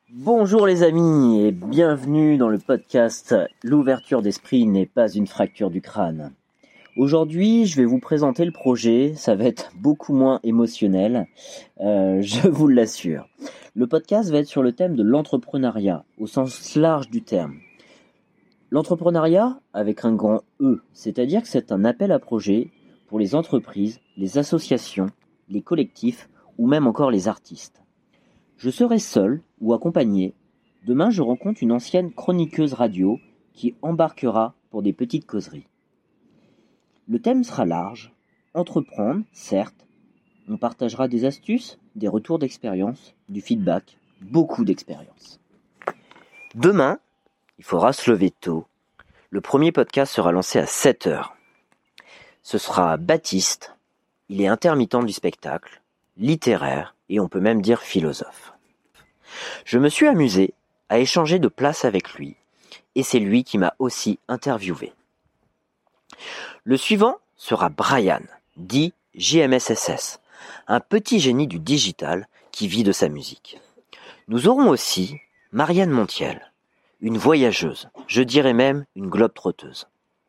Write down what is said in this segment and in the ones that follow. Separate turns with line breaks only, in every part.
Bonjour les amis et bienvenue dans le podcast L'ouverture d'esprit n'est pas une fracture du crâne. Aujourd'hui, je vais vous présenter le projet, ça va être beaucoup moins émotionnel, je vous l'assure. Le podcast va être sur le thème de l'entrepreneuriat, au sens large du terme. L'entrepreneuriat avec un grand E, c'est-à-dire que c'est un appel à projet pour les entreprises, les associations, les collectifs ou même encore les artistes. Je serai seul ou accompagné. Demain, je rencontre une ancienne chroniqueuse radio qui embarquera pour des petites causeries. Le thème sera large. Entreprendre, certes. On partagera des astuces, des retours d'expérience, du feedback, beaucoup d'expérience. Demain, il faudra se lever tôt. Le premier podcast sera lancé à 7h. Ce sera Baptiste. Il est intermittent du spectacle, littéraire et on peut même dire philosophe. Je me suis amusé à échanger de place avec lui et c'est lui qui m'a aussi interviewé. Le suivant sera Brian, dit JMSSS, un petit génie du digital qui vit de sa musique. Nous aurons aussi Marianne Montiel, une voyageuse, je dirais même une globe-trotteuse.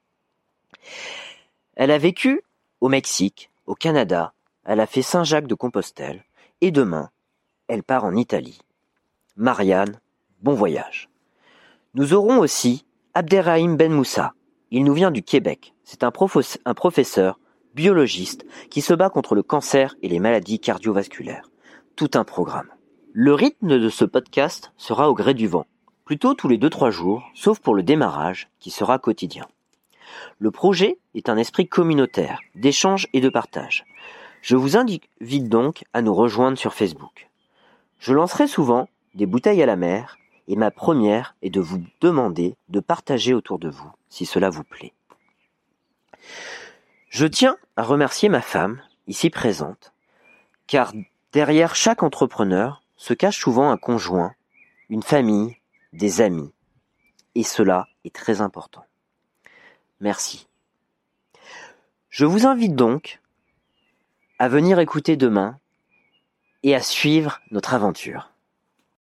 Elle a vécu au Mexique, au Canada, elle a fait Saint-Jacques-de-Compostelle et demain, elle part en Italie. Marianne, bon voyage. Nous aurons aussi Abderrahim Ben Moussa. Il nous vient du Québec. C'est un professeur, biologiste, qui se bat contre le cancer et les maladies cardiovasculaires. Tout un programme. Le rythme de ce podcast sera au gré du vent. Plutôt tous les 2-3 jours, sauf pour le démarrage, qui sera quotidien. Le projet est un esprit communautaire, d'échange et de partage. Je vous invite donc à nous rejoindre sur Facebook. Je lancerai souvent des bouteilles à la mer et ma première est de vous demander de partager autour de vous si cela vous plaît. Je tiens à remercier ma femme, ici présente, car derrière chaque entrepreneur se cache souvent un conjoint, une famille, des amis. Et cela est très important. Merci. Je vous invite donc à venir écouter demain et à suivre notre aventure.